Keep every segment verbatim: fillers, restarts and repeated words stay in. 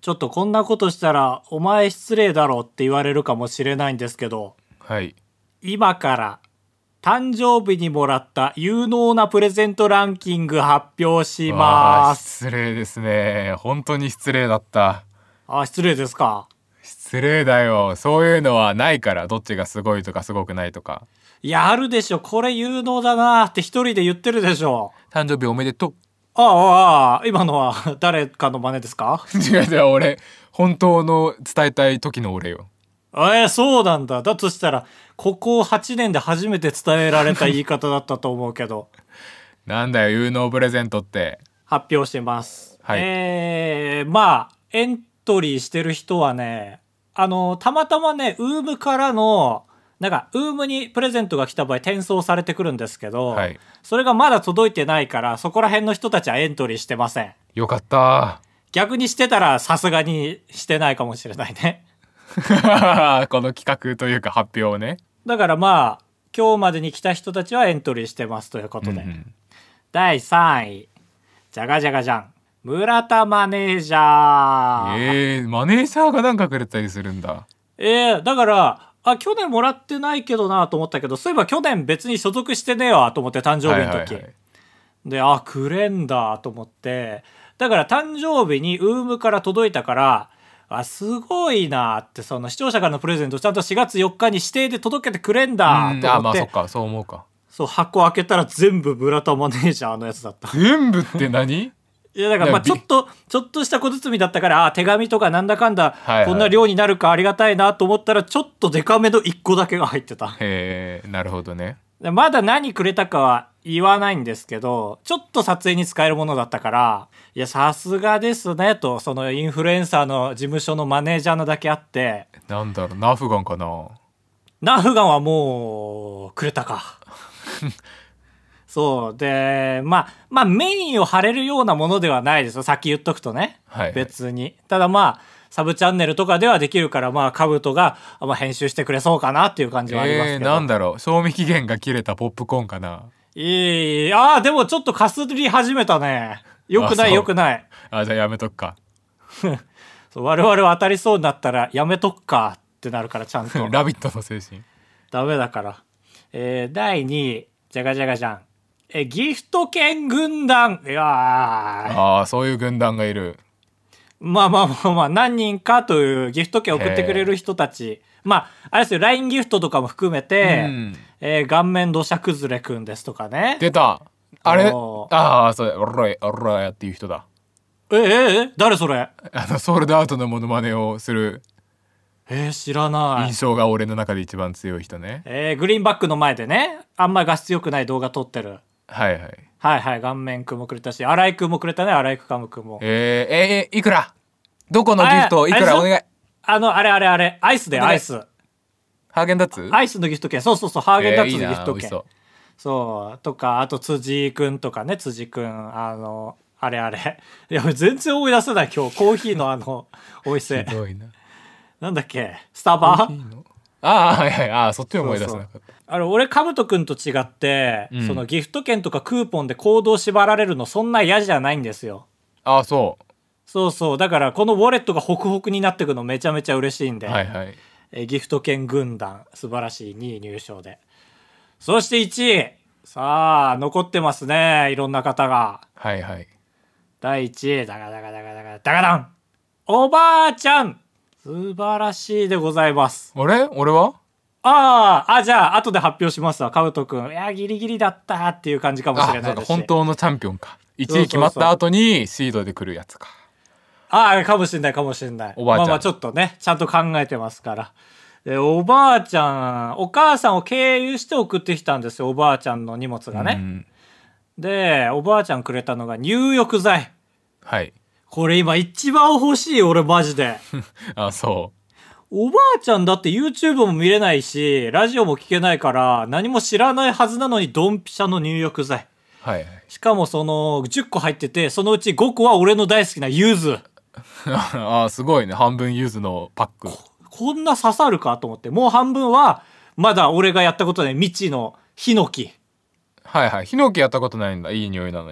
ちょっとこんなことしたらお前失礼だろって言われるかもしれないんですけど、 はい。 今から誕生日にもらった有能なプレゼントランキング発表します。 失礼ですね。本当に失礼だった。 あ、失礼ですか。 失礼だよ。そういうのはないから、どっちがすごいとかすごくないとか。 いや、あるでしょ。これ有能だなって一人で言ってるでしょ。 誕生日おめでとう。 ああ、ああ、今のは誰かの真似ですか？ 違う違う、俺、本当の伝えたい時の俺よ。 えー、そうなんだ。だとしたら、ここはちねんで初めて伝えられた言い方だったと思うけど。 なんだよ、有能プレゼントって。 発表してます。 はい。 えー、まあ、エントリーしてる人はね、あの、たまたまね、ウームからの、なんか、ウームにプレゼントが来た場合転送されてくるんですけど、 はい、 それがまだ届いてないから、そこら辺の人たちはエントリーしてません。 よかった。 逆にしてたらさすがにしてないかもしれないね。 この企画というか発表をね。 だからまあ、今日までに来た人たちはエントリーしてますということで。うんうん、だいさんい、じゃがじゃがじゃん。村田マネージャー。 えー、マネージャーがなんかくれたりするんだ。 えー、だから、あ、去年もらってないけどなと思ったけど、そういえば去年別に所属してねえわと思って誕生日の時。はいはいはい、で、あ、くれんだと思って。だから誕生日にウームから届いたから、あ、すごいなって、その視聴者からのプレゼントちゃんとしがつよっかに指定で届けてくれんだと思って。 あ、まあそっか、そう思うか。 そう、箱開けたら全部村田マネージャーのやつだった。 全部って何？ いやだからまあちょっとちょっとした小包だったからあ手紙とかなんだかんだ、はいはい、こんな量になるかありがたいなと思ったらちょっとデカめのいっこだけが入ってた。 へえ、なるほどね。 まだ何くれたかは言わないんですけどちょっと撮影に使えるものだったからいやさすがですねとそのインフルエンサーの事務所のマネージャーのだけあってなんだろうナーフガンかな。 ナーフガンはもうくれたか。そうでまあまあメインを張れるようなものではないですよ先言っとくとね、はいはい、別にただまあサブチャンネルとかではできるからまあカブトが、まあ、編集してくれそうかなっていう感じはありますけど、 えー、なんだろう賞味期限が切れたポップコーンかな。 いいあーでもちょっとかすり始めたね。よくないよくない。 あじゃあやめとくか。 そう我々は当たりそうになったらやめとくかってなるからちゃんとラビットの精神ダメだから、えー、だいにいじゃがじゃがじゃんえギフト券軍団。いやああそういう軍団がいる。 まあまあまあまあ何人かというギフト券送ってくれる人たちまああれですよ ライン ギフトとかも含めて、うんえー、顔面土砂崩れくんですとかね。 出たあれああそうだおろいおろいっていう人だ。 えええ誰それ。 あのソールドアウトのモノマネをする。 えー、知らない。 印象が俺の中で一番強い人ね。 えー、グリーンバックの前でねあんまり画質良くない動画撮ってる。 はいはいはいはい顔面くんもくれたし荒井くんもくれたね。荒井くかむくんもえー、えー、いくらどこのギフトいくらお願い。 あのあれあれあれアイスでアイスハーゲンダッツアイスのギフト券そうそうそうハーゲンダッツのギフト券、 えー、いいな美味しそう。 そうとかあと辻くんとかね辻くんあのあれあれいや全然思い出せない今日コーヒーのあのお店ひどいななんだっけスタバああはいはいああそっち思い出せなかった。そうそうあれ俺カブトくんと違って、うん、そのギフト券とかクーポンで行動縛られるのそんな嫌じゃないんですよ。 ああそうそうそうだからこのウォレットがホクホクになってくのめちゃめちゃ嬉しいんで、 はいはい、 えギフト券軍団素晴らしいにい入賞でそしていちいさあ残ってますねいろんな方が。 はいはいだいいちいダガダガダガダガダガダンおばあちゃん素晴らしいでございます。 あれ俺はああ、あ、じゃあ、後で発表しますわ、カブトくん。いや、ギリギリだったっていう感じかもしれないですし。 本当のチャンピオンか。いちい決まった後にシードで来るやつか。 ああ、かもしれないかもしれない。 おばあちゃん。 まあまあ、ちょっとね、ちゃんと考えてますから。で、おばあちゃん、お母さんを経由して送ってきたんですよ、おばあちゃんの荷物がね。うん、で、おばあちゃんくれたのが入浴剤。 はい。 これ今一番欲しい、俺マジで。 あ、そう。 おばあちゃんだって YouTube も見れないしラジオも聞けないから何も知らないはずなのにドンピシャの入浴剤、 はいはい、 しかもそのじゅっこ入っててそのうちごこは俺の大好きな柚子あすごいね半分柚子のパックこ, こんな刺さるかと思ってもう半分はまだ俺がやったことない未知のヒノキ。 はいはいヒノキやったことないんだいい匂いなのに。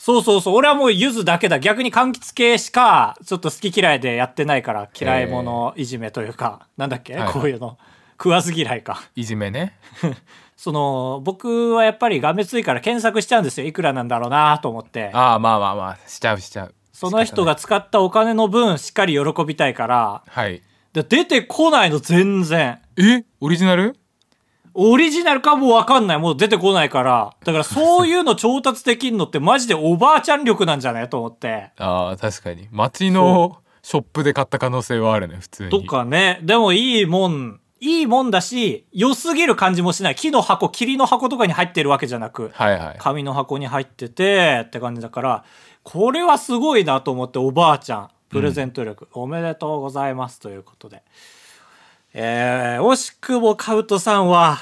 そうそうそう。俺はもう柚子だけだ。逆に柑橘系しか、ちょっと好き嫌いでやってないから、嫌い者いじめというか、なんだっけ、はいはい、こういうの。食わず嫌いか。 いじめね。 その、僕はやっぱりがめついから検索しちゃうんですよ。いくらなんだろうなと思って。 ああ、まあまあまあ、しちゃうしちゃう。 その人が使ったお金の分、しっかり喜びたいから、 はい。 で出てこないの、全然。 えオリジナルオリジナルかもわかんない。もう出てこないから。だからそういうの調達できんのってマジでおばあちゃん力なんじゃないと思って。 ああ、確かに。街のショップで買った可能性はあるね、普通に。 とかね。でもいいもん、いいもんだし、良すぎる感じもしない。木の箱、霧の箱とかに入ってるわけじゃなく、 はいはい、 紙の箱に入っててって感じだから、これはすごいなと思って、おばあちゃん、プレゼント力、うん、おめでとうございますということで。えー、惜しくもカウトさんは、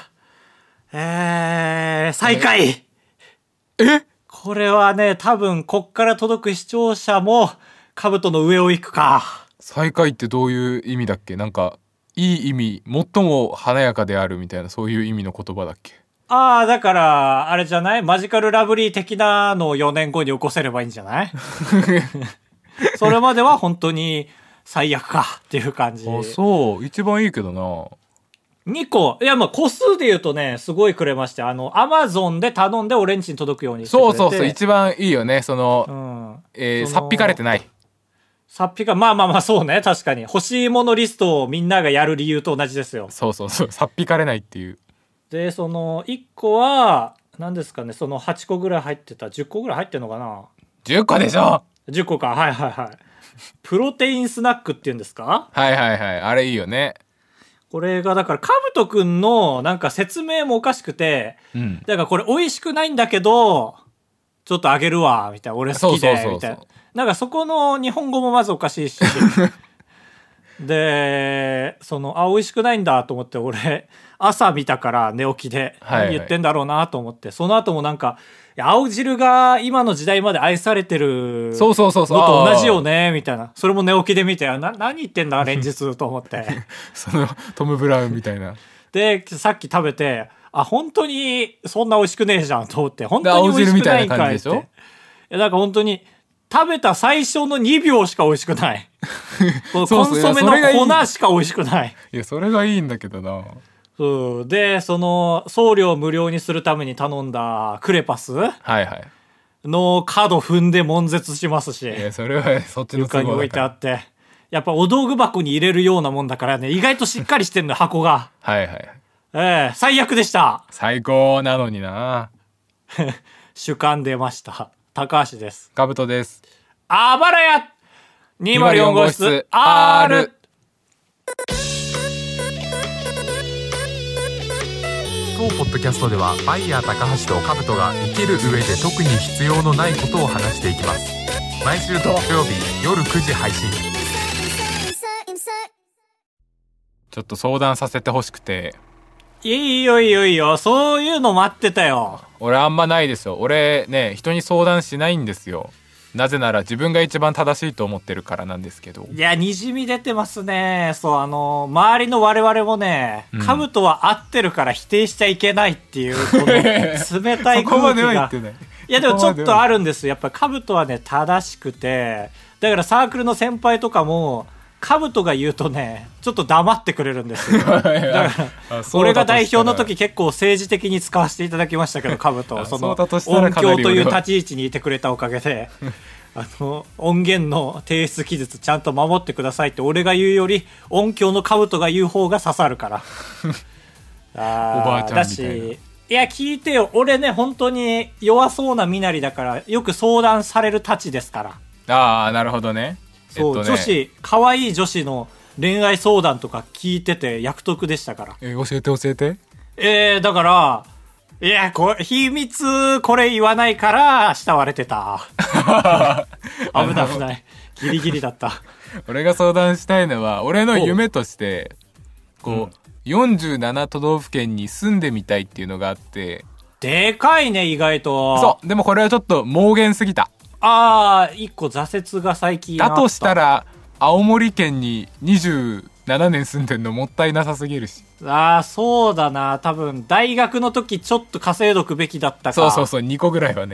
えー、最下位。 えこれはね、多分、こっから届く視聴者も、カブトの上を行くか。 最下位ってどういう意味だっけ？なんか、いい意味、最も華やかであるみたいな、そういう意味の言葉だっけ？ ああ、だから、あれじゃない？マジカルラブリー的なのをよねんごに起こせればいいんじゃない？それまでは本当に最悪かっていう感じ。 あ、そう。一番いいけどな。 にこ。いや、まあ、個数で言うとね、すごいくれまして。あの、アマゾンで頼んで俺ん家に届くようにしてくれて。 そうそうそう。一番いいよね。その、 うん、 えー、さっぴかれてない。 さっぴか、まあまあまあ、そうね。確かに。欲しいものリストをみんながやる理由と同じですよ。 そうそうそう。さっぴかれないっていう。 で、その、いっこは、何ですかね、そのはちこぐらい入ってた。じゅっこぐらい入ってんのかな？ じゅっこでしょ ! じゅっこか。はいはいはい。プロテインスナックっていうんですか？ はいはいはい。あれいいよね。 これがだからカブトくんのなんか説明もおかしくて、うん、だからこれ美味しくないんだけどちょっとあげるわみたいな、俺好きでみたいな、なんかそこの日本語もまずおかしいしでそのあ美味しくないんだと思って、俺朝見たから寝起きで、はいはい、何言ってんだろうなと思って、その後もなんか青汁が今の時代まで愛されてるのと同じよねみたいな、それも寝起きで見て、な何言ってんだ連日と思ってそのトム・ブラウンみたいなでさっき食べて、あ本当にそんな美味しくねえじゃんと思って、本当に美味しくないんかいって、いやなんか本当に食べた最初のにびょうしか美味しくないこのコンソメの粉しか美味しくない。 いやそれがいいんだけどな。 そうで、その送料無料にするために頼んだクレパスの角踏んで悶絶しますし、 いやそれはそっちの都合だから床に置いてあって、やっぱお道具箱に入れるようなもんだからね、意外としっかりしてんの箱がはいはい、 えー、最悪でした。 最高なのにな主観出ました。高橋です。 カブトです。 あばらやにまるよん号室 R。 当ポッドキャストではバイヤー高橋とカブトが生きる上で特に必要のないことを話していきます。毎週土曜日夜くじ配信。ちょっと相談させてほしくて。 いいよいいよいいよ、そういうの待ってたよ。 俺あんまないですよ。俺ね、人に相談しないんですよ。なぜなら自分が一番正しいと思ってるからなんですけど。 いや、にじみ出てますね。そう、あの周りの我々もね、うん、カブトは合ってるから否定しちゃいけないっていうこの冷たい空気がそこまでは言ってない。 いやでもちょっとあるんですよ。やっぱカブトはね正しくて、だからサークルの先輩とかもカブトが言うとねちょっと黙ってくれるんですよ。だから俺が代表の時結構政治的に使わせていただきましたけど、カブトその音響という立ち位置にいてくれたおかげであの音源の提出記述ちゃんと守ってくださいって俺が言うより音響のカブトが言う方が刺さるからあおばあちゃんみたいな。だしいや聞いてよ、俺ね本当に弱そうな身なりだからよく相談されるたちですから。 ああなるほどね。 そう、えっとね、女子可愛い女子の恋愛相談とか聞いてて役得でしたから。 えー、教えて教えて。 えー、だからいやこれ秘密これ言わないから慕われてた危ない危ないギリギリだった俺が相談したいのは俺の夢としてこう、うん、よんじゅうなな都道府県に住んでみたいっていうのがあって。 でかいね意外と。 そうでもこれはちょっと妄言すぎた。 ああ一個挫折が最近あった。 だとしたら青森県ににじゅうななねん住んでんのもったいなさすぎるし。 ああそうだな、多分大学の時ちょっと稼いどくべきだったか。 そうそうそうにこぐらいはね。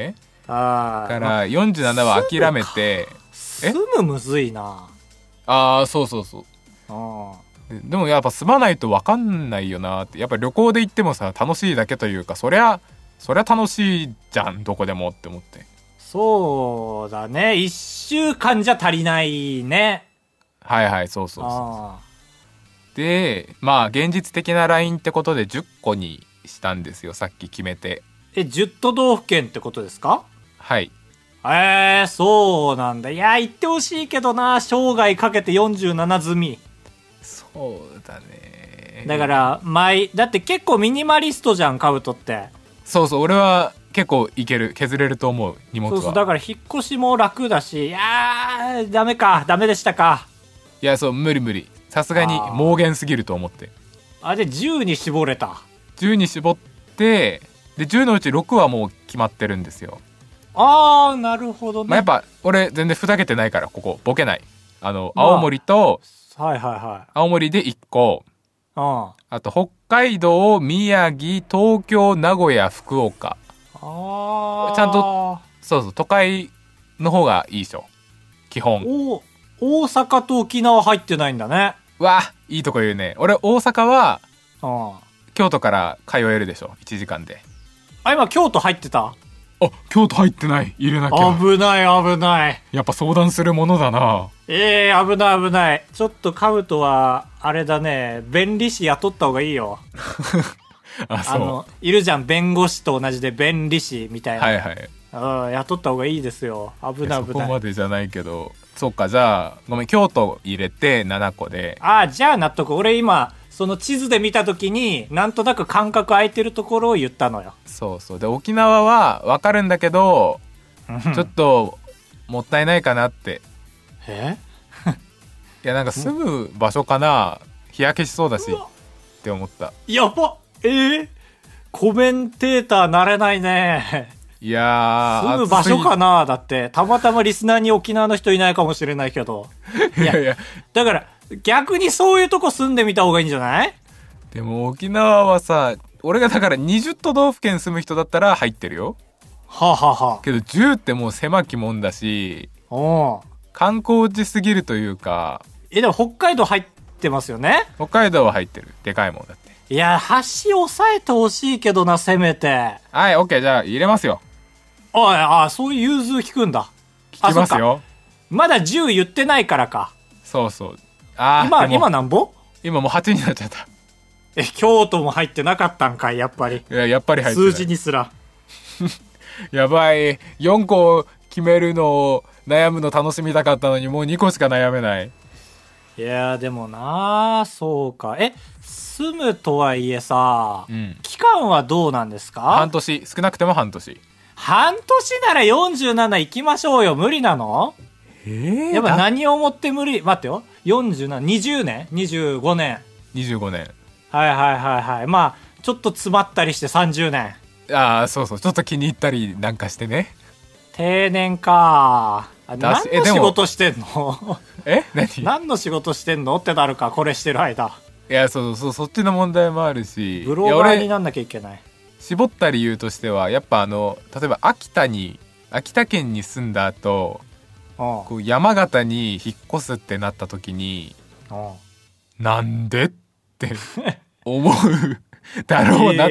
あだからよんじゅうななは諦めて。 住むむずいな。 ああそうそうそう。 あで, でもやっぱ住まないと分かんないよなって。やっぱ旅行で行ってもさ楽しいだけというか、そりゃそりゃ楽しいじゃんどこでもって思って。 そうだね、いっしゅうかんじゃ足りないね。 はいはいそうそうそうで、まあ現実的なラインってことでじゅっこにしたんですよ、さっき決めて。 えじゅう都道府県ってことですか？ はい。 えー、そうなんだ。いや行ってほしいけどな、生涯かけてよんじゅうなな済み。 そうだね。 だから毎だって結構ミニマリストじゃんカブトって。 そうそう、俺は結構いける、削れると思う荷物は。 そうそう、だから引っ越しも楽だし。いやーダメか、ダメでしたか。 いやそう無理無理、さすがに妄言すぎると思って。 あでじゅうに絞れた。 じゅうに絞ってでじゅうのうちろくはもう決まってるんですよ。 あーなるほどね。 まあ、やっぱ俺全然ふざけてないから、ここボケない。あの、まあ、青森と、 はいはいはい、 青森でいっこ、 ああと北海道、宮城、東京、名古屋、福岡。 あちゃんとそうそう都会の方がいいでしょ基本。 お大阪と沖縄入ってないんだね。 わあいいとこ言うね。俺大阪はあ京都から通えるでしょいちじかんで。 あ今京都入ってた？ あ京都入ってない、入れなきゃ。 危ない危ない。 やっぱ相談するものだな。 ええー、危ない危ない。ちょっとカブトはあれだね、弁理士雇った方がいいよ。 あそう、 あのいるじゃん、弁護士と同じで弁理士みたいな。 はいはい。 うん、雇った方がいいですよ。危ない危ない。 そこまでじゃないけど。そっか、じゃあごめん、京都入れてななこで。 ああじゃあ納得。俺今その地図で見た時になんとなく間隔空いてるところを言ったのよ。 そうそう。で沖縄は分かるんだけどちょっともったいないかなって。 えいやなんか住む場所かな、日焼けしそうだしって思った。 やばえー、コメンテーターなれないね。 いやー住む場所かな。だってたまたまリスナーに沖縄の人いないかもしれないけど。 いやいやだから逆にそういうとこ住んでみた方がいいんじゃない？ でも沖縄はさ、俺がだからにじゅう都道府県住む人だったら入ってるよ。 はあ、はあはあ、 けどじゅうってもう狭きもんだし、 お観光地すぎるというか。 えでも北海道入ってますよね。 北海道は入ってる、でかいもんだって。 いや橋抑えてほしいけどな、せめて。 はい、オッケー、じゃあ入れますよ。 あああそういう融通聞くんだ。 聞きますよ。 まだじゅう言ってないからか。 そうそう。あ今今なんぼ？ 今もうはちになっちゃった。 え京都も入ってなかったんかい、やっぱり。 いややっぱり入ってない。 数字にすらやばい、よんこ決めるのを悩むの楽しみたかったのにもうにこしか悩めない。 いやでもなあ、そうか。え住むとはいえさ、うん、期間はどうなんですか？ 半年、少なくても半年。 半年ならよんじゅうなな行きましょうよ。無理なの？ えー、 やっぱ何をもって無理？待ってよ、よんじゅうなな、にじゅうねん ?にじゅうご 年。 にじゅうごねん。 はいはいはいはい。まあちょっと詰まったりしてさんじゅうねん。ああそうそう、ちょっと気に入ったりなんかしてね。 定年か。何の仕事してんの？ え何何の仕事してんのってなるか、これしてる間。 いやそうそう、そっちの問題もあるし、 ブロガーになんなきゃいけない。 絞った理由としてはやっぱあの例えば秋田に秋田県に住んだ後、こう山形に引っ越すってなった時に、なんでって思うだろうなって。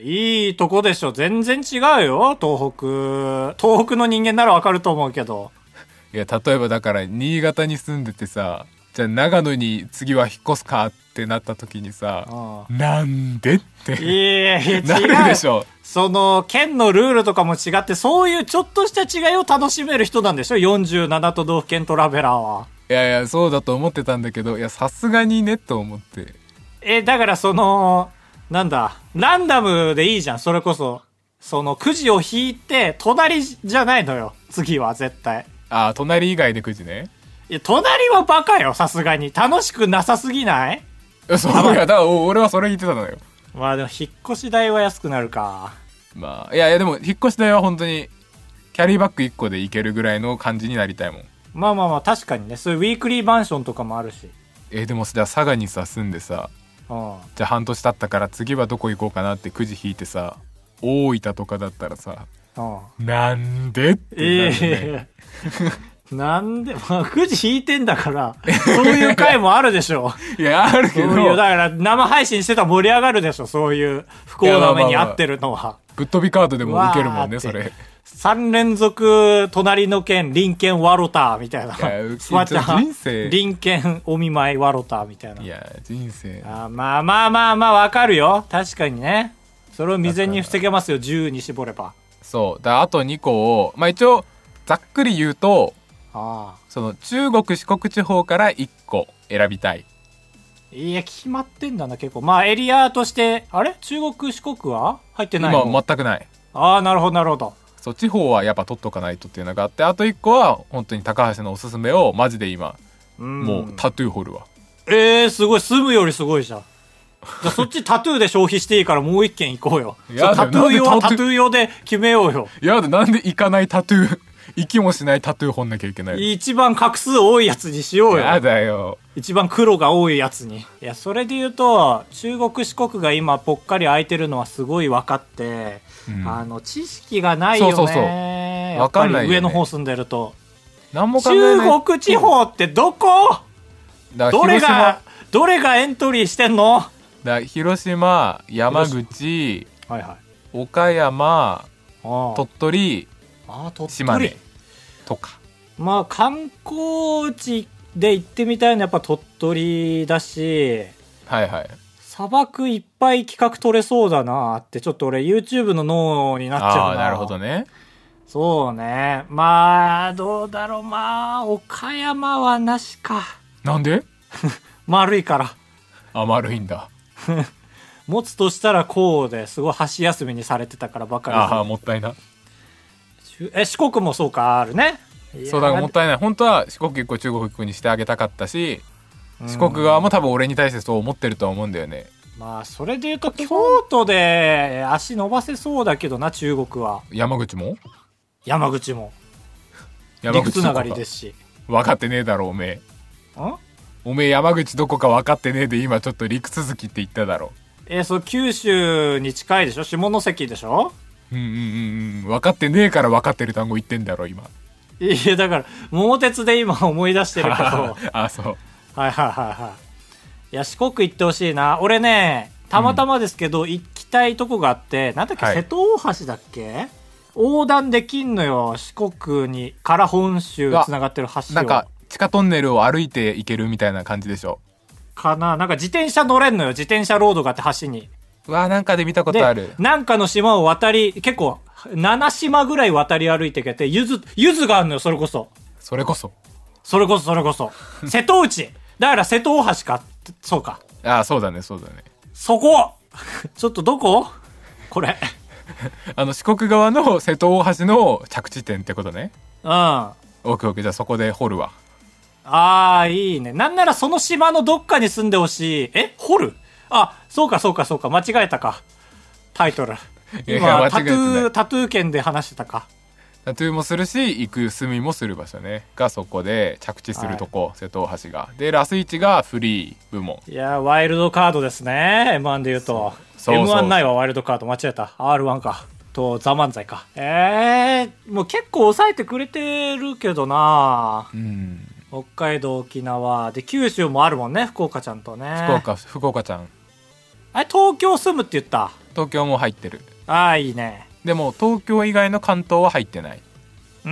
いいとこでしょ。全然違うよ、東北。東北の人間ならわかると思うけど。 いや例えばだから新潟に住んでてさ、じゃあ長野に次は引っ越すかってなった時にさ、なんでっていやいやなるでしょ。 その県のルールとかも違って、そういうちょっとした違いを楽しめる人なんでしょ、よんじゅうなな都道府県トラベラーは。 いやいやそうだと思ってたんだけど、いやさすがにねと思って。 えだからそのなんだ、ランダムでいいじゃん。それこそそのくじを引いて隣じゃないのよ、次は絶対。 ああ隣以外でくじね。 いや隣はバカよ、さすがに。楽しくなさすぎない？ そういやだから俺はそれ言ってたのよ。 まあでも引っ越し代は安くなるか。 まあいやいやでも引っ越し代は本当にキャリーバッグいっこでいけるぐらいの感じになりたいもん。 まあまあまあ確かにね、そういうウィークリーマンションとかもあるし。 えー、でもじゃあ佐賀にさ住んでさ、うん、じゃあ半年経ったから次はどこ行こうかなってくじ引いてさ、大分とかだったらさ、 なんでってなるね、 えー、なんで、まあ、くじ引いてんだからそういう回もあるでしょいやあるけど、 そういうだから生配信してたら盛り上がるでしょ、そういう不幸な目に遭ってるのは。まあまあまあ、 ぶっ飛びカードでも受けるもんねそれ。 さん連続隣の県隣県ワロタみたいな、スマちゃん人生隣県お見舞いワロタみたいな。 いや人生あまあまあまあまあわかるよ、確かにね。それを未然に防げますよ、じゅうに絞れば。 そうだ、あとにこをまあ一応ざっくり言うと、 ああ、 その中国四国地方からいっこ選びたい。 いや決まってんだな結構。まあエリアとしてあれ中国四国は入ってないの？ 今全くない。 ああなるほどなるほど。 そう地方はやっぱ取っとかないとっていうのがあって、あといっこは本当に高橋のおすすめをマジで今もうタトゥー掘るわ。 えー、すごい、住むよりすごいじゃん。じゃあそっちタトゥーで消費していいからもう一軒行こうよ。 やだタトゥー用はなんでタトゥータトゥー用で決めようよ。 いやだ、なんで行かないタトゥー行きもしないタトゥー掘んなきゃいけないの。 一番画数多いやつにしようよ。 やだよ。 一番黒が多いやつに。いやそれで言うと中国四国が今ぽっかり空いてるのはすごい分かって、うん、あの知識がないよね。 そうそうそう、 やっぱり上の方住んでると、 何も考えない。 中国地方ってどこ？ だどれがどれがエントリーしてんの？ だ広島、山口、 はいはい、 岡山、 あ鳥取、 あ鳥取島根とか。 まあ観光地で行ってみたいのはやっぱ鳥取だし、 はいはい、 砂漠いっぱい企画取れそうだなってちょっと俺 YouTube の脳になっちゃうな。 ああなるほどね。 そうね、まあどうだろう、まあ岡山はなしか。 なんで？ 丸いから。 あ丸いんだ。 持つとしたらこうですごい箸休みにされてたからばかり。 ああもったいな。 え四国もそうかあるね。 そうだからもったいない。本当は四国一個中国一個にしてあげたかったし、四国側も多分俺に対してそう思ってるとは思うんだよね。 まあそれで言うと京都で足伸ばせそうだけどな中国は。 山口も山口も山口陸つながりですし。 分かってねえだろおめえ。 んおめえ山口どこか分かってねえで今ちょっと陸続きって言っただろ。 えー、そう九州に近いでしょ、下関でしょ。 うんうんうんうん分かってねえから分かってる単語言ってんだろ今。 いやだから桃鉄で今思い出してるけどあそうはいはいはいはい。いや四国行ってほしいな。俺ねたまたまですけど、うん、行きたいとこがあって、なんだっけ、はい、瀬戸大橋だっけ、横断できんのよ四国にから本州つながってる橋を。 なんか地下トンネルを歩いて行けるみたいな感じでしょかな。なんか自転車乗れんのよ、自転車ロードがあって橋に。 うわなんかで見たことある。 なんかの島を渡り結構なな島ぐらい渡り歩いていけて、ゆずゆずがあるのよ。それこそそれこそそれこそそれこそ瀬戸内だから瀬戸大橋か。そうか、 ああそうだねそうだね。 そこちょっとどここれあの四国側の瀬戸大橋の着地点ってことね。 うん、オッケーオッケー、じゃあそこで掘るわ。 あーいいね。なんならその島のどっかに住んでほしい。え掘る、あそうかそうかそうか、間違えたかタイトル。今タトゥータトゥー圏で話してたか。 タトゥーもするし行く住みもする場所ねがそこで着地するとこ、はい、瀬戸大橋がでラスいちがフリー部門。 いやワイルドカードですね エムワン で言うと。そうそうそう エムワン ないわワイルドカード間違えた。 アールワン かとザ漫才か。えー、もう結構抑えてくれてるけどな、うん、北海道沖縄で九州もあるもんね、福岡ちゃんとね。 福岡福岡ちゃんあれ東京住むって言った。 東京も入ってる。 ああいいね。 でも東京以外の関東は入ってない。 うん、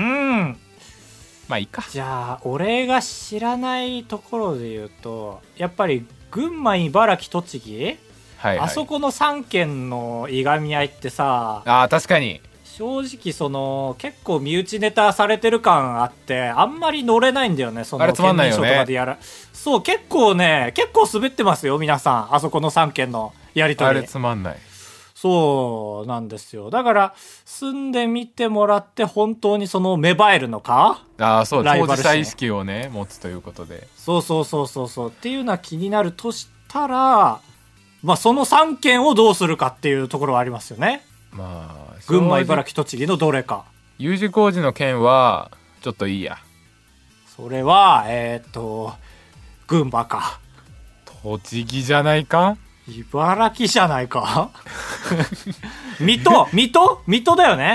まあいいか。 じゃあ俺が知らないところで言うとやっぱり群馬茨城栃木、はいはい、あそこのさん県のいがみ合いってさあ確かに正直その結構身内ネタされてる感あってあんまり乗れないんだよね。そのあれつまんないよね。 県民賞とかでやらそう結構ね結構滑ってますよ皆さんあそこのさん県のやりとり。 あれつまんない。 そうなんですよ。だから住んでみてもらって本当にその芽生えるのか。 ああそう当事者意識をね持つということで。 そうそうそうそうそうっていうのは気になるとしたらまあそのさん県をどうするかっていうところはありますよね。まあ群馬茨城栃木のどれか。 U 字工事の県はちょっといいや。 それはえー、っと群馬か栃木じゃないか。 茨城じゃないか水戸水戸水戸だよね。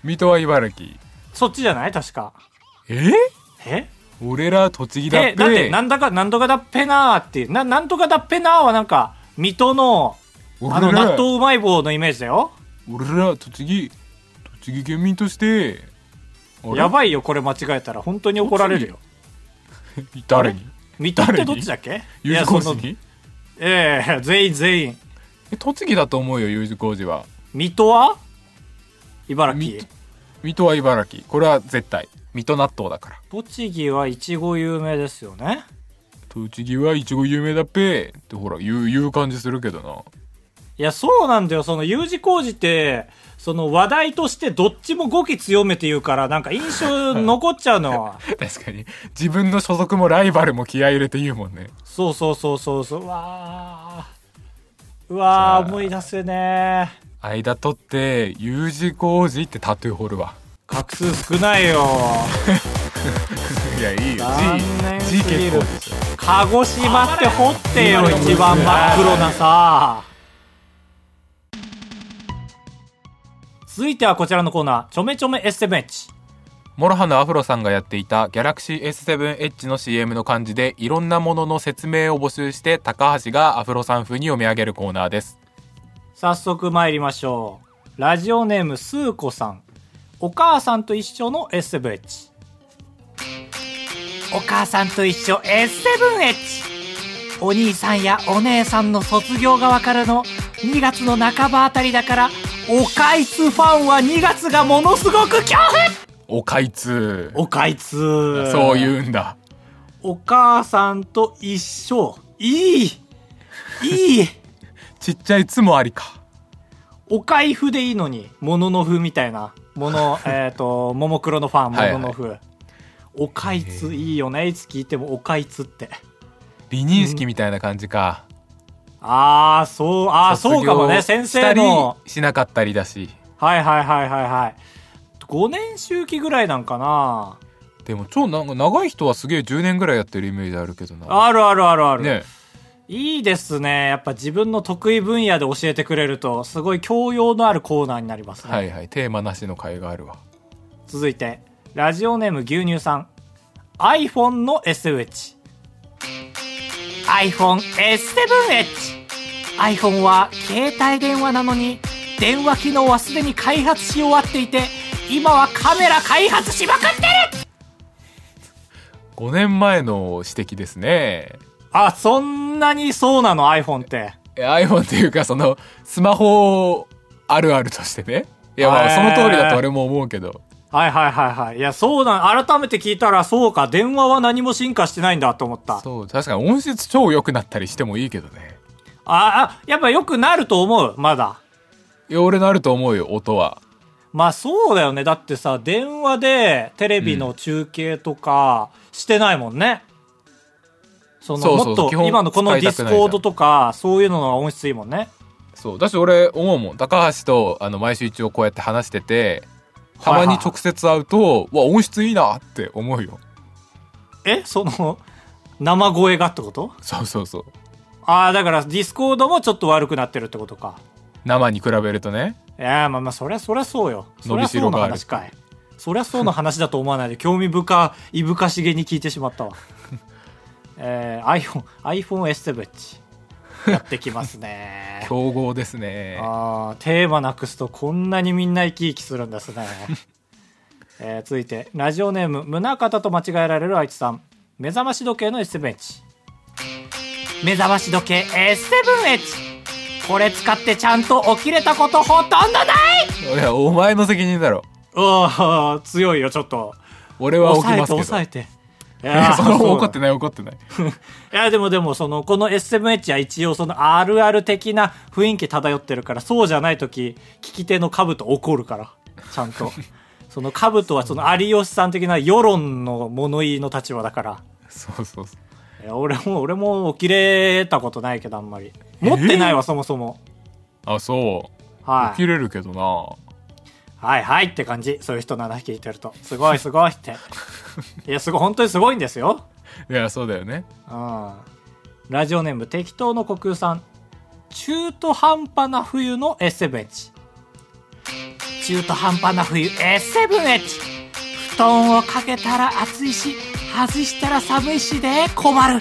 水戸は茨城。 そっちじゃない確か。 ええ俺ら栃木だっぺ。 だってなんだかなんとかだっぺなーっていうな、なんとかだっぺなーはなんか水戸のあの納豆うまい棒のイメージだよ。 俺ら栃木栃木県民としてやばいよこれ間違えたら本当に怒られるよ。 誰に？ 水戸ってどっちだっけ？ U 字工事に？ ええー、全員全員え栃木だと思うよ U 字工事は。 水戸は茨城。 水戸は茨城。これは絶対水戸納豆だから。 栃木はいちご有名ですよね。 栃木はいちご有名だっぺってほら言う、言う感じするけどな。 いやそうなんだよ。その U 字工事ってその話題としてどっちも語気強めて言うからなんか印象残っちゃうのは確かに自分の所属もライバルも気合い入れて言うもんね。 そうそうそうそうそう。うわーうわー思い出せねー。 間取って U 字工事ってタトゥー彫るわ。 画数少ないよいやいいよ。 残念すぎる。 G 結構でしょ。 鹿児島って掘ってよ一番真っ黒なさ。続いてはこちらのコーナー、ちょめちょめ エスセブンエイチ。 モロハのアフロさんがやっていたギャラクシー エスセブンエイチ の シーエム の漢字でいろんなものの説明を募集して高橋がアフロさん風に読み上げるコーナーです。 早速参りましょう。ラジオネームスーコさん。お母さんと一緒の エスセブンエイチ。 お母さんと一緒 エスセブンエイチ。 お兄さんやお姉さんの卒業がわかるのにがつの半ばあたりだから、おかいつファンはにがつがものすごく恐怖。 おかいつおかいつそう言うんだ。 お母さんと一緒。いいいいちっちゃいつもありか。 おかいふでいいのに、もののふみたいな。もの、えっと、ももクロのファン、もののふ。はいはい、おかいついいよね。いつ聞いてもおかいつって。 離任式みたいな感じか。 うん、ああ、そう、ああ、そうかもね。先生の。 しなかったりだし。 はいはいはいはいはい。ごねん周期ぐらいなんかな。 でも超なんか長い人はすげえじゅうねんぐらいやってるイメージあるけどな。 あるあるあるある。 ね。 いいですね。やっぱ自分の得意分野で教えてくれるとすごい教養のあるコーナーになりますね。 はいはい。テーマなしの回があるわ。 続いてラジオネーム牛乳さん。 iPhone の エスセブンエイチ。 iPhone エスセブンエイチ。 iPhone は携帯電話なのに電話機能はすでに開発し終わっていて、今はカメラ開発しまくってる。 ごねんまえの指摘ですね。 あ、そんなにそうなの iPhone って。 iPhone っていうかそのスマホあるあるとしてね。いやまあその通りだと俺も思うけど。 はいはいはいはい。いやそうなん、改めて聞いたらそうか、電話は何も進化してないんだと思った。 そう、確かに音質超良くなったりしてもいいけどね。 ああ、やっぱ良くなると思う。まだいや俺なると思うよ、音は。 まあそうだよね。だってさ、電話でテレビの中継とかしてないもんね。うん、そのそうそうそう、 もっと今のこのディスコードとかそういうのが音質いいもんね。 そうだし俺思うもん。高橋とあの毎週一応こうやって話してて、たまに直接会うと、はいはいはい、わ音質いいなって思うよ。 え、その生声がってこと？ そうそうそう。 ああ、だからディスコードもちょっと悪くなってるってことか。 生に比べるとね。 いやまあまあそりゃそりゃそうよ。そりゃそうの話かい。そりゃそうの話だと思わないで興味深いぶかしげに聞いてしまったわ。えー、iPhone iPhone エスセブンエイチやってきますね。 競合ですね。 あ、テーマなくすとこんなにみんな生き生きするんですね。えー、続いてラジオネーム宗像と間違えられるあいつさん。目覚まし時計の エスセブンエイチ。 目覚まし時計 エスセブンエイチ。 これ使ってちゃんと起きれたことほとんどない。 いやお前の責任だろ。 ああ強いよ。ちょっと俺は起きますけど。 抑えて抑えて。 いやその怒ってない怒ってない。いやでもでもそのこの エスセブンエイチ は一応そのあるある的な雰囲気漂ってるから、そうじゃない時聞き手の兜怒るからちゃんと。その兜はその有吉さん的な世論の物言いの立場だから。 そうそうそう。 いや俺も俺も起きれたことないけどあんまり持ってないわ、えー、そもそも。 あそう、はい、起きれるけどな。 はいはいって感じ。そういう人なら聞いてるとすごいすごいって。いやすごい本当にすごいんですよ。 いやそうだよね。 うん。ラジオネーム適当の虚空さん。中途半端な冬の エスセブンエイチ。 中途半端な冬 エーセブンエッジ。 布団をかけたら暑いし外したら寒いしで困る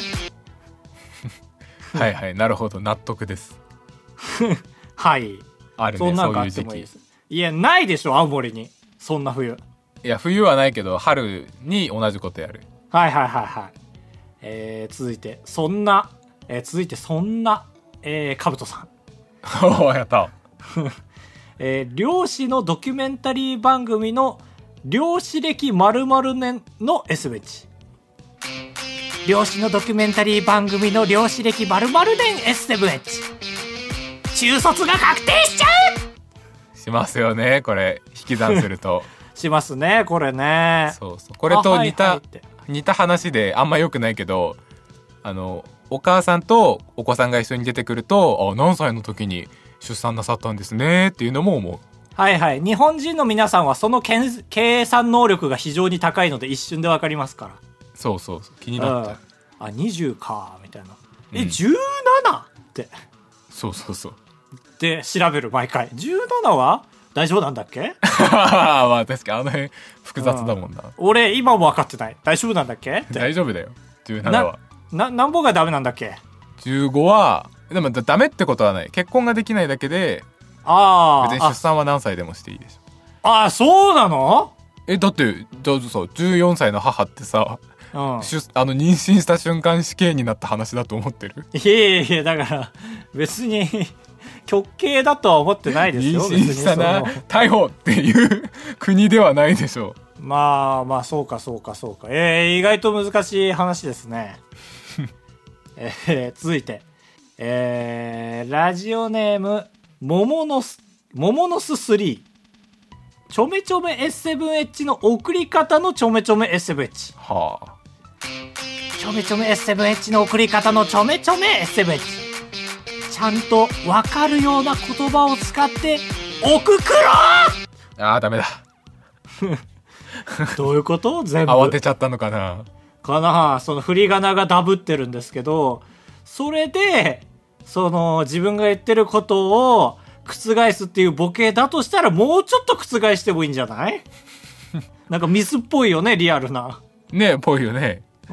はいはい、なるほど、納得ですはい、 あるね、 そんなんがあっそういう時期。 てもいいです。いやないでしょ青森にそんな冬。 いや冬はないけど春に同じことやる。 はいはいはいはい。えー、続いてそんな、えー、続いてそんな、えー、かぶとさんおおやったえー、漁師のドキュメンタリー番組の漁師歴〇〇年の エスビーエイチ。 漁師のドキュメンタリー番組の漁師歴〇〇年 エスビーエイチ。 中卒が確定しちゃう。 しますよね、これ引き算するとしますねこれね。 そうそう、これと似た、 はいはいって似た話であんま良くないけど、あのお母さんとお子さんが一緒に出てくると、あ何歳の時に出産なさったんですねっていうのも思う。 はいはい、日本人の皆さんはそのけん計算能力が非常に高いので一瞬で分かりますから。 そうそうそう、気になった、 うん、あにじゅうかみたいな、え、 うん、 じゅうななってそうそうそうで調べる毎回。じゅうななは大丈夫なんだっけまあ確かにあの辺複雑だもんな、うん、 俺今も分かってない。大丈夫なんだっけ大丈夫だよ。じゅうななはな、なんぼがダメなんだっけ。 じゅうごはでもダメってことはない。結婚ができないだけで、 ああ別に出産は何歳でもしていいでしょ。 ああ、そうなの。 えだってだってさじゅうよんさいの母ってさ、 うん、 あの妊娠した瞬間死刑になった話だと思ってる？ いやいやいや、だから別に極刑だとは思ってないですよ。 妊娠したな逮捕っていう国ではないでしょう。まあまあそうかそうかそうか。えー、意外と難しい話ですねえー、続いて、えー、ラジオネームモモノスモモノススリー。ちょめちょめ エスセブンエイチ の送り方のちょめちょめ エスセブンエイチ。 はあ、 ちょめちょめ エスセブンエイチ の送り方のちょめちょめ エスセブンエイチ。 ちゃんと分かるような言葉を使っておくくろあーダメだどういうこと？全部慌てちゃったのかなかな。その振り仮名がダブってるんですけど、それでその自分が言ってることを覆すっていうボケだとしたら、もうちょっと覆してもいいんじゃないなんかミスっぽいよね、リアルな。 ねえ、ぽいよね。 うん。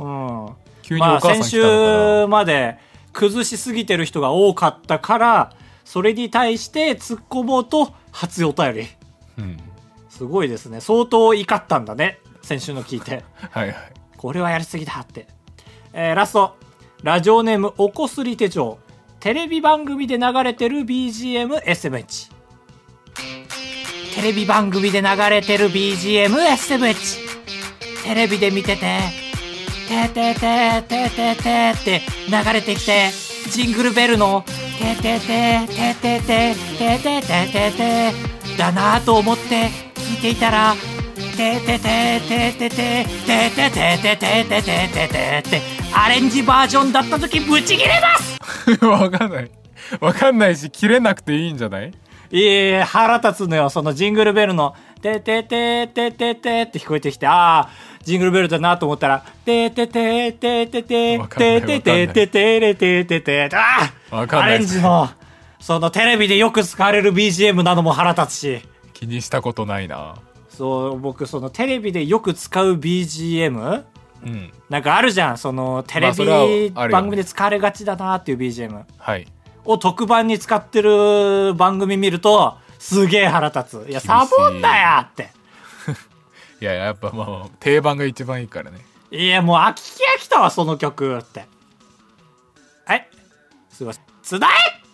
急にお母さん来たのかな。まあ、 先週まで崩しすぎてる人が多かったから、それに対して突っ込もうと初お便り。 うん。 すごいですね。相当怒ったんだね、先週の聞いて。 はいはい。 これはやりすぎだって。えー、ラスト。ラジオネームおこすり手帳。テレビ番組で流れてる ビージーエム エスセブンエイチ。テレビ番組で流れてる ビージーエム エスセブンエイチ。テレビで見てて、ててててててって流れてきて、ジングルベルのてててててててててててだなぁと思って聞いていたら、てててててててててててててててアレンジバージョンだった時ブチギレますわかんないわかんないし切れなくていいんじゃない？ いえいえ、腹立つのよ。そのジングルベルのててててててって聞こえてきて、ああジングルベルだなと思ったら、てててててててててててててててああアレンジのそのテレビでよく使われる ビージーエム なども腹立つし。 気にしたことないな。 そう僕そのテレビでよく使う ビージーエム、 うん、 なんかあるじゃん、そのテレビ番組で使われがちだなっていう ビージーエム、 はい、 を特番に使ってる番組見るとすげえ腹立つ。いやサボんなやっていややっぱまあ定番が一番いいからね。 いやもう飽き飽きたわその曲って。はいすいません、つだえ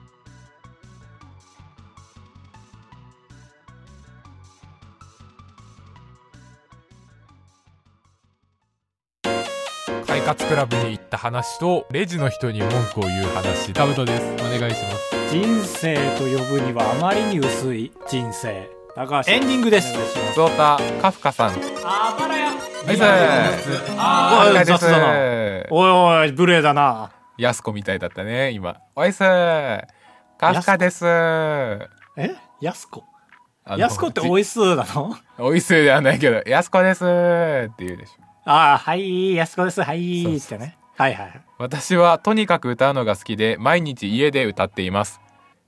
快活クラブに行った話とレジの人に文句を言う話、タブトです。お願いします。 人生と呼ぶにはあまりに薄い人生。高橋エンディングです。 ゾータカフカさん。 あばらや。 はいさー。 ああ雑だな。おいおい無礼だな。 やすこみたいだったね今。おいすー。カフカです。 え？やすこ。やすこっておいすーなの？ おいすーではないけどやすこですーって言うでしょ。 ああはいやすこですはいーってね。はいはい。 私はとにかく歌うのが好きで毎日家で歌っています。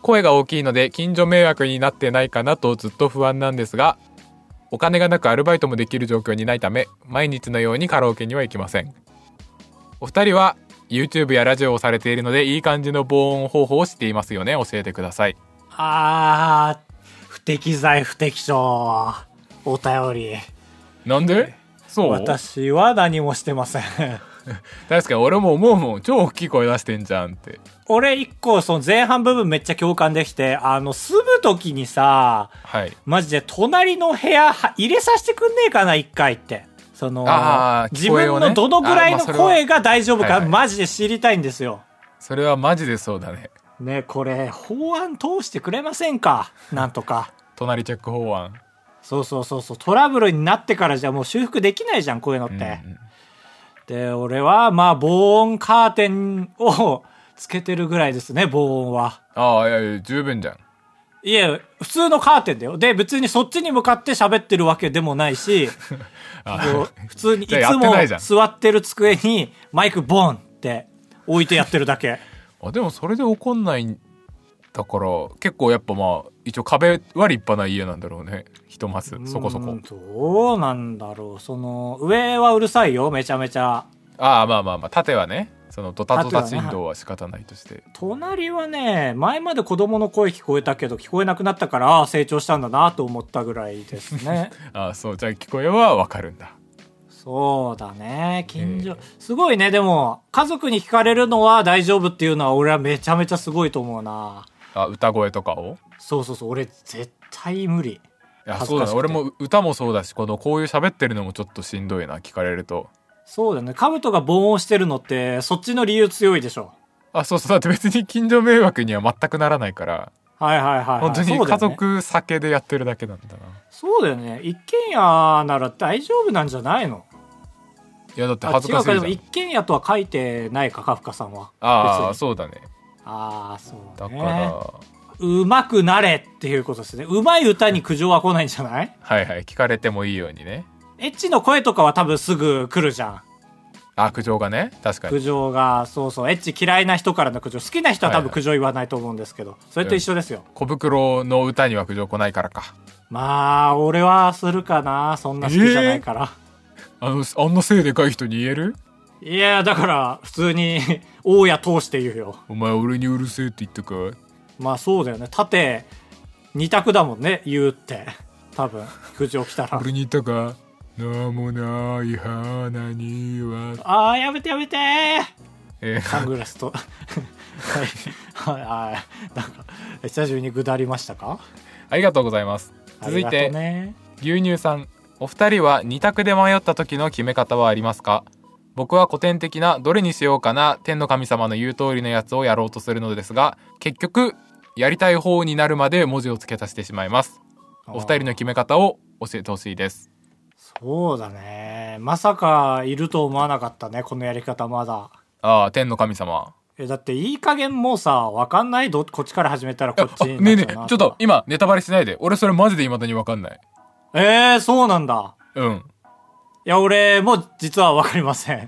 声が大きいので近所迷惑になってないかなとずっと不安なんですが、お金がなくアルバイトもできる状況にないため毎日のようにカラオケには行きません。お二人は YouTube やラジオをされているのでいい感じの防音方法を知っていますよね。教えてください。 あー、不適材不適所。お便り。 なんで？そう？ 私は何もしてません。 確かに俺も思うもん。超大きい声出してんじゃんって。 俺一個その前半部分めっちゃ共感できて、あの住む時にさ、はい、マジで隣の部屋入れさせてくんねえかな一回って。その、ね、自分のどのぐらいの声が大丈夫か、マジで知りたいんですよ。 それはマジでそうだね。 ね、これ法案通してくれませんか、なんとか。 隣チェック法案。 そうそうそうそう、トラブルになってからじゃもう修復できないじゃん、こういうのって。うんうん、で、俺はまあ防音カーテンをつけてるぐらいですね、防音は。 ああ、いやいや、十分じゃん。 いや、普通のカーテンだよ。で、別にそっちに向かって喋ってるわけでもないし、普通にいつも座ってる机にマイクボンって置いてやってるだけ。 あ、でもそれで怒んないんだから、結構やっぱまあ一応壁は立派な家なんだろうね、ひとまずそこそこ。 どうなんだろう。その上はうるさいよ、めちゃめちゃ。 ああ、まあまあまあ、縦はね、そのドタドタ振動は仕方ないとして、ね、 隣はね、前まで子供の声聞こえたけど聞こえなくなったから、ああ成長したんだなと思ったぐらいですね。 ああ、そう。じゃあ聞こえはわかるんだ。 そうだね、近所、すごいね。でも家族に聞かれるのは大丈夫っていうのは俺はめちゃめちゃすごいと思うな。 あ、歌声とかを？ そうそうそう、俺絶対無理。いや、そうだね、俺も歌もそうだし、このこういう喋ってるのもちょっとしんどいな、聞かれると。 そうだよね。カブトが防音してるのってそっちの理由強いでしょ。 あ、そうそう。だって別に近所迷惑には全くならないから。 はいはいはい、はい、 本当に家族酒でやってるだけなんだな。 そうだよね。一軒家なら大丈夫なんじゃないの？ いやだって恥ずかしいじゃん。 違うか、でも一軒家とは書いてないか、カフカさんは。 ああ、そうだね。 ああ、そうね。 だからうまくなれっていうことですね。うまい歌に苦情は来ないんじゃない？ はいはい、聞かれてもいいようにね。 エッチの声とかは多分すぐ来るじゃん。 あ、苦情がね。確かに苦情が、そうそう、エッチ嫌いな人からの苦情、好きな人は多分苦情言わないと思うんですけど、はいはい、それと一緒ですよ、うん、 小袋の歌には苦情来ないからか。 まあ俺はするかな、そんな好きじゃないから、 えー、あのあんな背でかい人に言える？ いやだから普通に大家通して言うよ。 お前俺にうるせえって言ったか？ まあそうだよね、縦二択だもんね、言うって多分苦情来たら。 俺に言ったか？なんもない花には。 ああ、やめてやめてー、 えー、 サングラスとはいはいはい、なんか久しぶりにぐだりましたか？ ありがとうございます。続いて、ね、牛乳さん、お二人は二択で迷った時の決め方はありますか？僕は古典的などれにしようかな、天の神様の言う通りのやつをやろうとするのですが、結局やりたい方になるまで文字を付け足してしまいます。お二人の決め方を教えてほしいです。 そうだね、まさかいると思わなかったね、このやり方。まだ。 ああ、天の神様。 え、だっていい加減もうさ、わかんない？どこっちから始めたらこっちになっちゃうな。 ねえねえ、ちょっと今ネタバレしないで。俺それマジで未だにわかんない。 えー、そうなんだ。 うん。 いや俺も実はわかりません。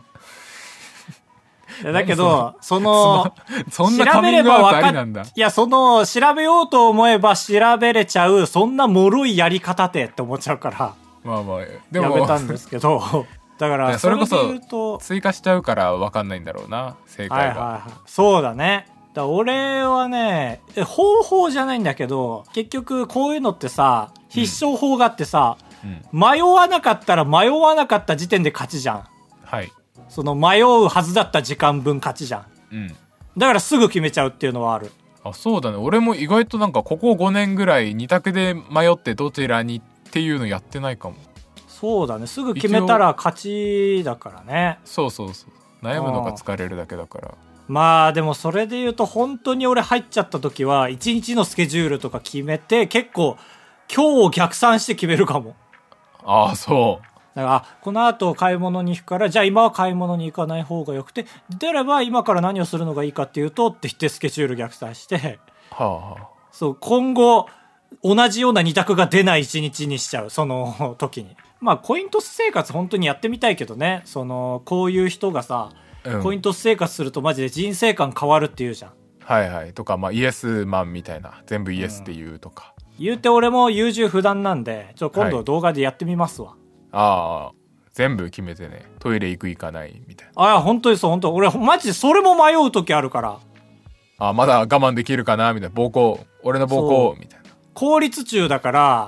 だけどそのそんなカミングアウトありなんだ。 いや、その調べようと思えば調べれちゃう、そんな脆いやり方でって思っちゃうから、 まあまあでもやめたんですけどだからそれこそ追加しちゃうから分かんないんだろうな、正解が。はいはいはい、 そうだね。だ俺はね、方法じゃないんだけど、結局こういうのってさ、必勝法があってさ、うん、迷わなかったら迷わなかった時点で勝ちじゃん。 はい。 その迷うはずだった時間分勝ちじゃん。うん。だからすぐ決めちゃうっていうのはある。 あ、そうだね。俺も意外となんかここごねんぐらい二択で迷ってどちらにっていうのやってないかも。 そうだね。すぐ決めたら勝ちだからね。 そうそうそう。悩むのが疲れるだけだから。 まあでもそれで言うと本当に俺入っちゃった時は一日のスケジュールとか決めて、結構今日を逆算して決めるかも。 ああ、そう。 だからこの後買い物に行くから、じゃあ今は買い物に行かない方がよくて、であれば今から何をするのがいいかっていうとって言ってスケジュール逆算して、はあはあ、そう今後同じような二択が出ない一日にしちゃう、その時に。まあコイントス生活本当にやってみたいけどね。そのこういう人がさ、うん、コイントス生活するとマジで人生観変わるっていうじゃん。 はいはいとか、まあ、イエスマンみたいな全部イエスって言うとか、 うん、言うて俺も優柔不断なんでちょ今度動画でやってみますわ、はい、 ああ全部決めてねトイレ行く行かないみたいな。 ああ本当にそう本当俺マジでそれも迷う時あるから。 あまだ我慢できるかなみたいな膀胱俺の膀胱みたいな。 効率中だから、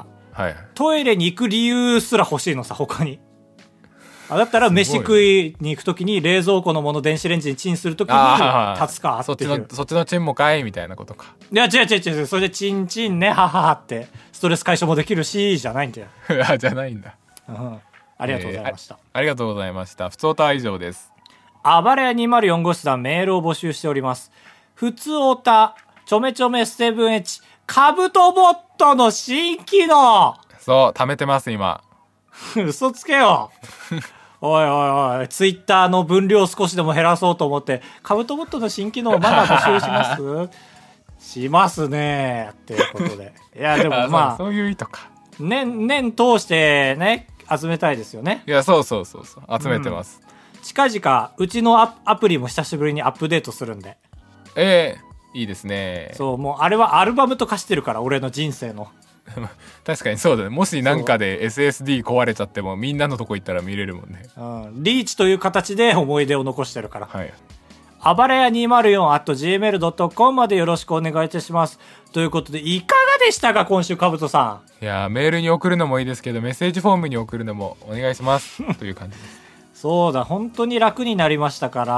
はい、 トイレに行く理由すら欲しいのさ他に。あだったら飯食いに行くときに冷蔵庫のもの電子レンジにチンするときに立つかっていう。 そっちのそっちのチンもかいみたいなことか。 いや違う違う違うそれでチンチンねはははってストレス解消もできるしじゃないんだよ。 あじゃないんだ、 うん、ありがとうございました、えー、 あ, ありがとうございました。ふつおたは以上です。 あばれやにまるよん号室ではメールを募集しております。ふつおたちょめちょめ セブンエイチ カブトボットの新機能。 そう貯めてます今。 嘘つけよ。おいおいおいツイッターの分量少しでも減らそうと思ってカブトボットの新機能まだ募集しますしますねっていうことで。いやでもまあそういう意図か。 年年通してね集めたいですよね。 いやそうそうそうそう集めてます、 うん、近々うちの ア, アプリも久しぶりにアップデートするんで。 ええーいいですね。 そうもうあれはアルバムと化してるから俺の人生の。 確かにそうだね。もしなんかで エスエスディー 壊れちゃってもみんなのとこ行ったら見れるもんね、 うん、リーチという形で思い出を残してるから、 はい、 あばれや にまるよん アット ジーメール ドット コム までよろしくお願いいたします。ということでいかがでしたか今週かぶとさん。いやメールに送るのもいいですけどメッセージフォームに送るのもお願いしますという感じです。 そうだ本当に楽になりましたから。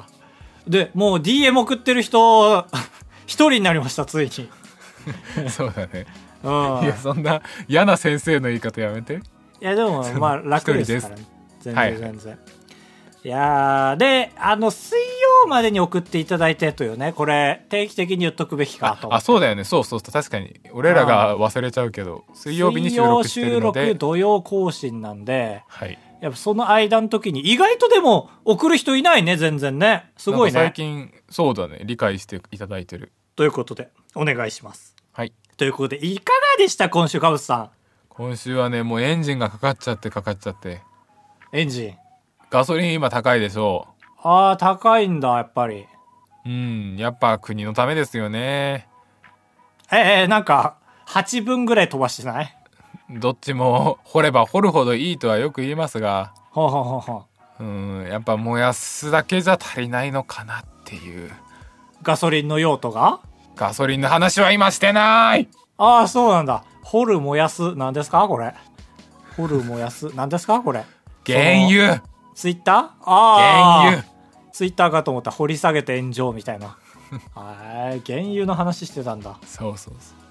でもう ディーエム 送ってる人一人になりましたついに。 そうだね、 うん、 いやそんな嫌な先生の言い方やめて。 いやでもまあ楽ですからね全然全然、はい、いやであの水曜までに送っていただいてというねこれ定期的に言っとくべきかと思って。 あ, あそうだよねそうそう確かに俺らが忘れちゃうけど水曜日に収録してるので水曜収録土曜更新なんで、 はい、 やっぱその間の時に意外とでも送る人いないね全然ねすごいね。 最近そうだね理解していただいてるということでお願いします。 はいということでいかがでした今週かぶさん。 今週はねもうエンジンがかかっちゃってかかっちゃってエンジンガソリン今高いでしょう。あー高いんだやっぱり。 うんやっぱ国のためですよね。 ええなんかはちぶんぐらい飛ばしてない？ どっちも掘れば掘るほどいいとはよく言いますがほうほうほうほううんやっぱ燃やすだけじゃ足りないのかなっていう。 ガソリンの用途が？ ガソリンの話は今してない。 ああそうなんだ。掘る燃やすなんですかこれ。掘る燃やすなんですかこれ。 原油ツイッター？ああ原油ツイッターかと思った。掘り下げて炎上みたいなはい原油の話してたんだ。 そうそうそう